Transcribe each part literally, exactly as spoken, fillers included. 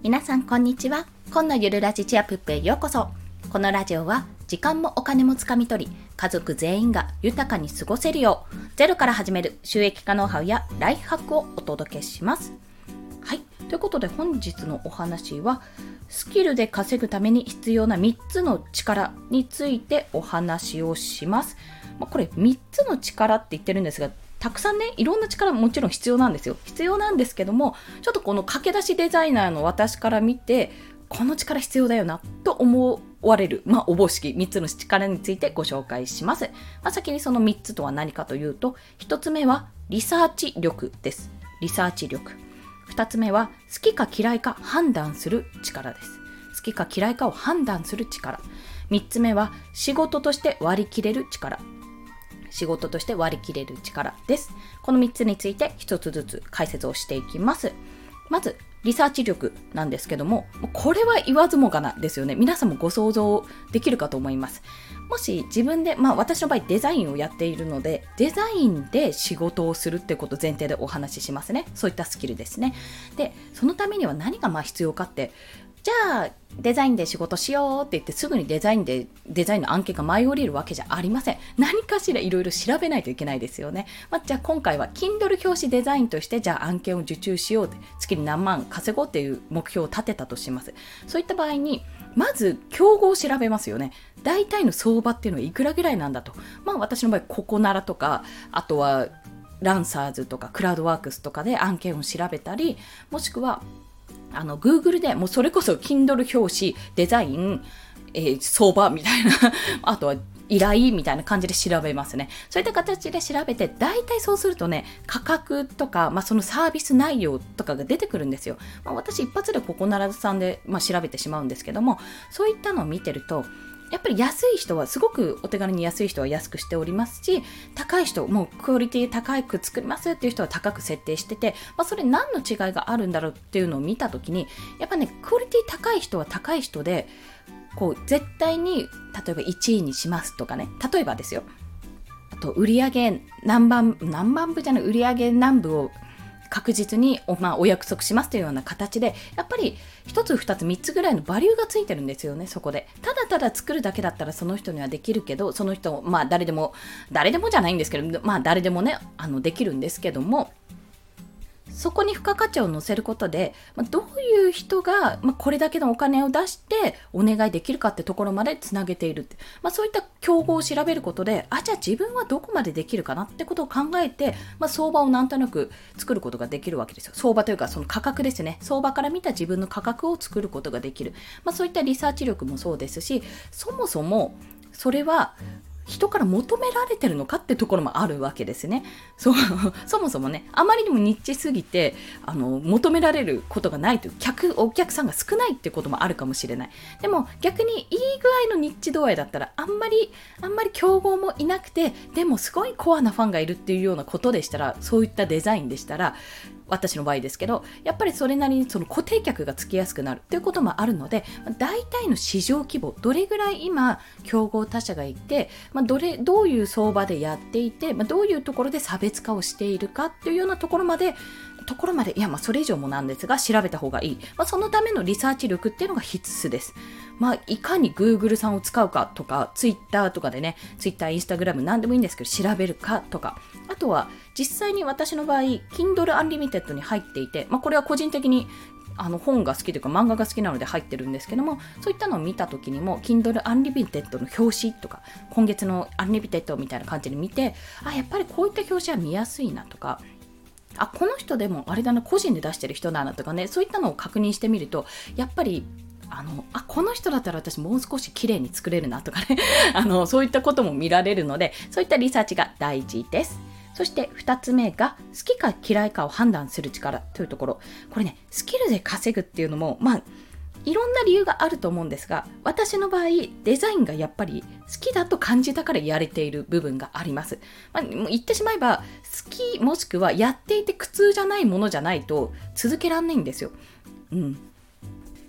皆さんこんにちは。今のゆるラジチアプップへようこそ。このラジオは時間もお金もつかみ取り、家族全員が豊かに過ごせるようゼロから始める収益化ノウハウやライフハックをお届けします。はい、ということで本日のお話はスキルで稼ぐために必要なみっつの力についてお話をします。まあ、これみっつの力って言ってるんですが、たくさんね、いろんな力もちろん必要なんですよ。必要なんですけども、ちょっとこの駆け出しデザイナーの私から見て、この力必要だよなと思われる、まあ、おぼしきみっつの力についてご紹介します。まあ、先にそのみっつとは何かというと、ひとつめはリサーチ力です。リサーチ力。ふたつめは好きか嫌いか判断する力です。好きか嫌いかを判断する力。みっつめは仕事として割り切れる力。仕事として割り切れる力です。このみっつについてひとつずつ解説をしていきます。まずリサーチ力なんですけども、これは言わずもがなですよね。皆さんもご想像できるかと思います。もし自分で、まあ私の場合デザインをやっているので、デザインで仕事をするってこと前提でお話ししますね。そういったスキルですね。で、そのためには何がまあ必要かって、じゃあデザインで仕事しようって言ってすぐにデザインでデザインの案件が舞い降りるわけじゃありません。何かしらいろいろ調べないといけないですよね。まあ、じゃあ今回は Kindle 表紙デザインとしてじゃあ案件を受注しようって月に何万稼ごうっていう目標を立てたとします。そういった場合にまず競合を調べますよね。大体の相場っていうのはいくらぐらいなんだと。まあ私の場合ココナラとか、あとはランサーズとかクラウドワークスとかで案件を調べたり、もしくはあの Google でもうそれこそ Kindle 表紙デザイン、えー、相場みたいなあとは依頼みたいな感じで調べますね。そういった形で調べて、大体そうするとね、価格とか、まあ、そのサービス内容とかが出てくるんですよ。まあ、私一発でここならずさんで、まあ、調べてしまうんですけども、そういったのを見てるとやっぱり安い人はすごくお手軽に安い人は安くしておりますし、高い人もうクオリティ高く作りますっていう人は高く設定してて、まあ、それ何の違いがあるんだろうっていうのを見たときに、やっぱねクオリティ高い人は高い人でこう絶対に例えばいちいにしますとかね、例えばですよ、あと売上何番何万部じゃない売上何部を確実に お,、まあ、お約束しますというような形で、やっぱりひとつふたつみっつぐらいのバリューがついてるんですよね。そこでただただ作るだけだったらその人にはできるけど、その人まあ誰でも誰でもじゃないんですけど、まあ誰でもねあのできるんですけども、そこに付加価値を乗せることで、まあ、どういう人が、まあ、これだけのお金を出してお願いできるかってところまでつなげているって、まあ、そういった競合を調べることで、あ、じゃあ自分はどこまでできるかなってことを考えて、まあ、相場をなんとなく作ることができるわけですよ。相場というかその価格ですね。相場から見た自分の価格を作ることができる、まあ、そういったリサーチ力もそうですし、そもそもそれは人から求められてるのかってところもあるわけですね。そうそもそもね、あまりにもニッチすぎてあの求められることがないという客お客さんが少ないってこともあるかもしれない。でも逆にいい具合のニッチ度合いだったら、あんまりあんまり競合もいなくて、でもすごいコアなファンがいるっていうようなことでしたら、そういったデザインでしたら、私の場合ですけど、やっぱりそれなりにその固定客がつきやすくなるということもあるので、大体の市場規模、どれぐらい今競合他社がいて、まあ、どれどういう相場でやっていて、まあ、どういうところで差別化をしているかというようなところまでところまでいやまあそれ以上もなんですが調べた方がいい、まあ、そのためのリサーチ力っていうのが必須です。まあ、いかに Google さんを使うかとか Twitter とかでね、 Twitter、Instagram 何でもいいんですけど調べるかとか、あとは実際に私の場合 Kindle Unlimited に入っていて、まあ、これは個人的にあの本が好きというか漫画が好きなので入ってるんですけども、そういったのを見た時にも Kindle Unlimited の表紙とか今月の Unlimited みたいな感じで見て、あ、やっぱりこういった表紙は見やすいなとか、あ、この人でもあれだな、個人で出してる人だなとかね、そういったのを確認してみると、やっぱりあのあこの人だったら私もう少し綺麗に作れるなとかねあのそういったことも見られるので、そういったリサーチが大事です。そしてふたつめが好きか嫌いかを判断する力というところ。これね、スキルで稼ぐっていうのもまあいろんな理由があると思うんですが、私の場合デザインがやっぱり好きだと感じたからやれている部分があります。まあ、もう言ってしまえば好きもしくはやっていて苦痛じゃないものじゃないと続けられないんですよ。うん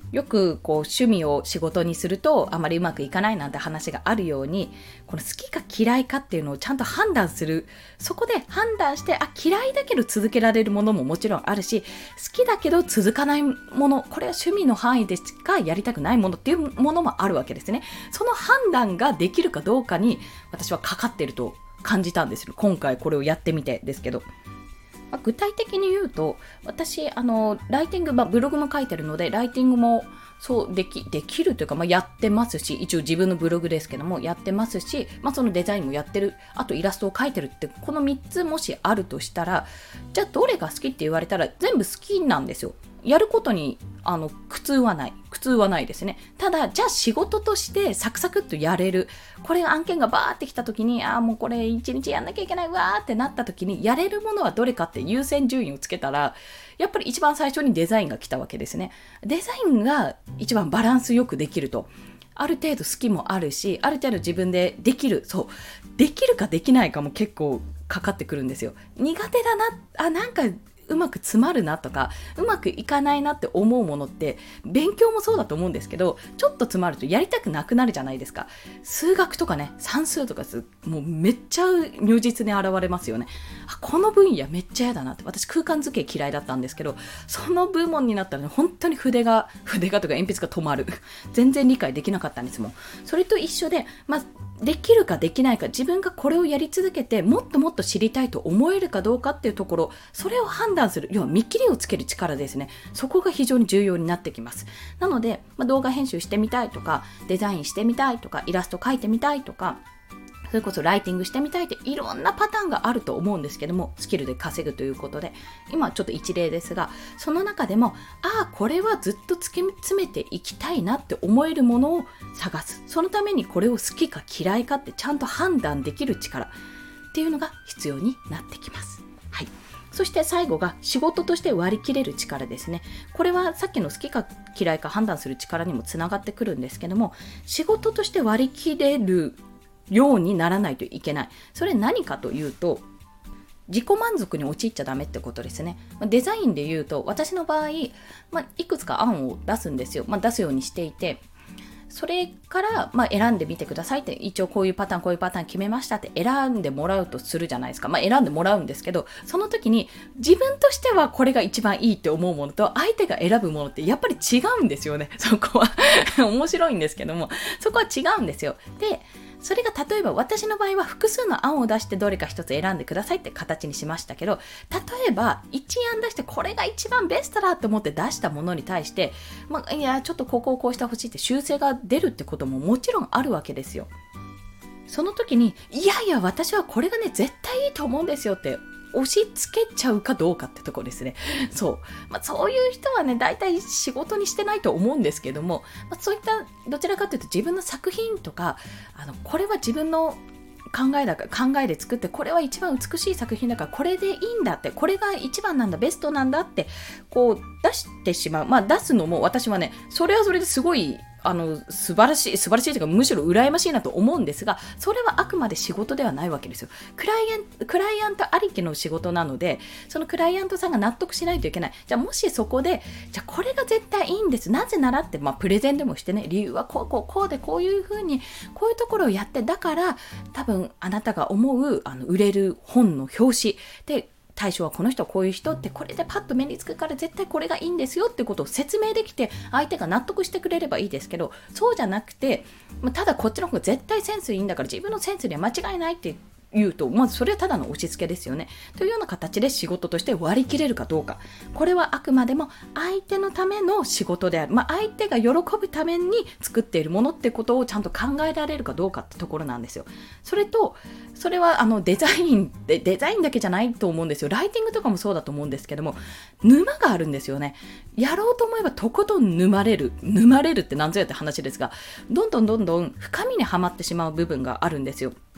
よくこう趣味を仕事にするとあまりうまくいかないなんて話があるように、この好きか嫌いかっていうのをちゃんと判断する。そこで判断して、あ、嫌いだけど続けられるものももちろんあるし、好きだけど続かないもの、これは趣味の範囲でしかやりたくないものっていうものもあるわけですね。その判断ができるかどうかに私はかかっていると感じたんですよ。今回これをやってみてですけど。まあ、具体的に言うと、私あのライティング、まあ、ブログも書いてるのでライティングもそうできできるというか、まあ、やってますし、一応自分のブログですけどもやってますし、まあ、そのデザインもやってる、あとイラストを描いてるって、このみっつもしあるとしたら、じゃあどれが好きって言われたら全部好きなんですよ。やることにあの苦痛はない苦痛はないですね。ただじゃあ仕事としてサクサクっとやれる、これ案件がバーってきた時に、ああもうこれ一日やんなきゃいけないわーってなった時に、やれるものはどれかって優先順位をつけたら、やっぱり一番最初にデザインが来たわけですね。デザインが一番バランスよくできると、ある程度好きもあるし、ある程度自分でできる、そうできるかできないかも結構かかってくるんですよ。苦手だな、あなんかうまく詰まるなとか、うまくいかないなって思うものって、勉強もそうだと思うんですけど、ちょっと詰まるとやりたくなくなるじゃないですか。数学とかね、算数とかもうめっちゃ如実に現れますよね。あ、この分野めっちゃ嫌だなって。私空間図形嫌いだったんですけど、その部門になったら、ね、本当に筆が筆がとか鉛筆が止まる。全然理解できなかったんですもん。それと一緒で、まあできるかできないか、自分がこれをやり続けてもっともっと知りたいと思えるかどうかっていうところ、それを判断する、要は見切りをつける力ですね。そこが非常に重要になってきます。なので、まあ、動画編集してみたいとか、デザインしてみたいとか、イラスト描いてみたいとか、それこそライティングしてみたいっていろんなパターンがあると思うんですけども、スキルで稼ぐということで、今ちょっと一例ですが、その中でも、ああこれはずっと突き詰めていきたいなって思えるものを探す。そのためにこれを好きか嫌いかってちゃんと判断できる力っていうのが必要になってきます。はい。そして最後が仕事として割り切れる力ですね。これはさっきの好きか嫌いか判断する力にもつながってくるんですけども、仕事として割り切れるようにならないといけない。それ何かというと、自己満足に陥っちゃダメってことですね。デザインで言うと、私の場合、まあ、いくつか案を出すんですよ。まあ、出すようにしていて、それから、まあ、選んでみてくださいって、一応こういうパターンこういうパターン決めましたって選んでもらうとするじゃないですか。まあ、選んでもらうんですけど、その時に自分としてはこれが一番いいって思うものと、相手が選ぶものってやっぱり違うんですよね。そこは面白いんですけども、そこは違うんですよ。で、それが例えば私の場合は複数の案を出してどれか一つ選んでくださいって形にしましたけど、例えばいち案出してこれが一番ベストだと思って出したものに対して、まあ、いやちょっとここをこうしてほしいって修正が出るってことももちろんあるわけですよ。その時にいやいや私はこれがね絶対いいと思うんですよって押し付けちゃうかどうかってところですね。そう。まあ、そういう人はね、大体仕事にしてないと思うんですけども、まあ、そういったどちらかというと自分の作品とか、あのこれは自分の考えだから考えで作って、これは一番美しい作品だからこれでいいんだって、これが一番なんだベストなんだってこう出してしまう。まあ出すのも私はね、それはそれですごいあの素晴らしい素晴らしいというかむしろ羨ましいなと思うんですが、それはあくまで仕事ではないわけですよ。クライアント、クライアントありきの仕事なので、そのクライアントさんが納得しないといけない。じゃあもしそこでじゃあこれが絶対いいんです、なぜならって、まあ、プレゼンでもしてね、理由はこうこうこうでこういう風にこういうところをやって、だから多分あなたが思うあの売れる本の表紙で対象はこの人はこういう人って、これでパッと目につくから絶対これがいいんですよってことを説明できて相手が納得してくれればいいですけど、そうじゃなくてただこっちの方が絶対センスいいんだから自分のセンスには間違いないって言うと、まずそれはただの押し付けですよね。というような形で仕事として割り切れるかどうか、これはあくまでも相手のための仕事である、まあ、相手が喜ぶために作っているものってことをちゃんと考えられるかどうかってところなんですよ。それとそれはあのデザインでデザインだけじゃないと思うんですよ。ライティングとかもそうだと思うんですけども、沼があるんですよね。やろうと思えばとことん沼れる沼れるって何ぞやって話ですが、どんどんどんどん深みにはまってしまう部分があるんですよ。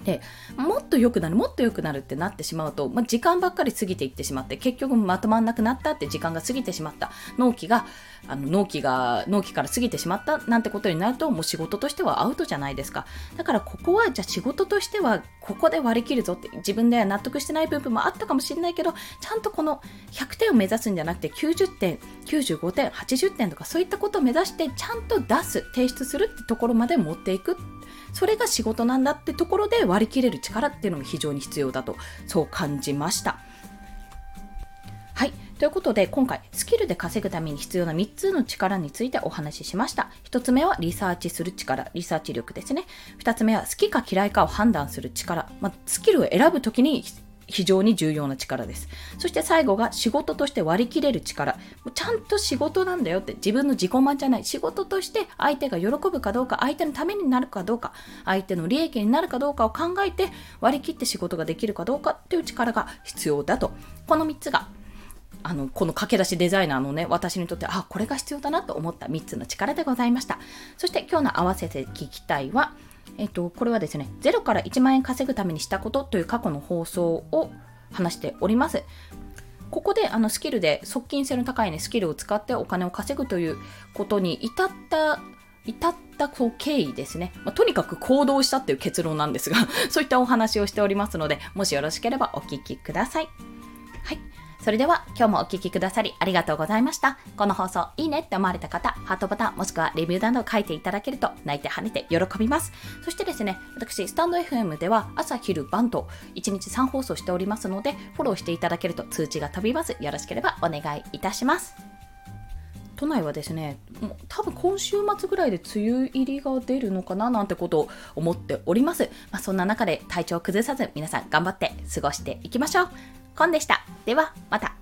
でもっと良くなるもっと良くなるってなってしまうと、まあ、時間ばっかり過ぎていってしまって、結局まとまんなくなったって、時間が過ぎてしまった、納期があの納期が納期から過ぎてしまったなんてことになると、もう仕事としてはアウトじゃないですか。だからここはじゃあ仕事としてはここで割り切るぞって、自分では納得してない部分もあったかもしれないけど、ちゃんとこのひゃくてんを目指すんじゃなくてきゅうじゅってん、きゅうじゅうごてん、はちじゅってんとか、そういったことを目指してちゃんと出す、提出するってところまで持っていく、それが仕事なんだってところで割り切れる力っていうのも非常に必要だと、そう感じました。はい、ということで今回スキルで稼ぐために必要なみっつの力についてお話ししました。ひとつめはリサーチする力、リサーチ力ですね。ふたつめは好きか嫌いかを判断する力、まあ、スキルを選ぶときに非常に重要な力です。そして最後が仕事として割り切れる力。ちゃんと仕事なんだよって、自分の自己満じゃない、仕事として相手が喜ぶかどうか、相手のためになるかどうか、相手の利益になるかどうかを考えて割り切って仕事ができるかどうかっていう力が必要だと。このみっつがあのこの駆け出しデザイナーのね、私にとってあこれが必要だなと思ったみっつの力でございました。そして今日の合わせて聞きたいは、えっと、これはですね、ゼロからいちまんえん稼ぐためにしたことという過去の放送を話しております。ここであのスキルで側近性の高い、ね、スキルを使ってお金を稼ぐということに至った至ったこう経緯ですね、まあ、とにかく行動したっていう結論なんですがそういったお話をしておりますので、もしよろしければお聞きください。はい、それでは今日もお聞きくださりありがとうございました。この放送いいねって思われた方、ハートボタンもしくはレビューなどを書いていただけると泣いて跳ねて喜びます。そしてですね、私スタンド エフエム では朝昼晩といちにちさん放送しておりますので、フォローしていただけると通知が飛びます。よろしければお願いいたします。都内はですね、もう多分今週末ぐらいで梅雨入りが出るのかななんてことを思っております。まあ、そんな中で体調を崩さず皆さん頑張って過ごしていきましょう。コンでした。ではまた。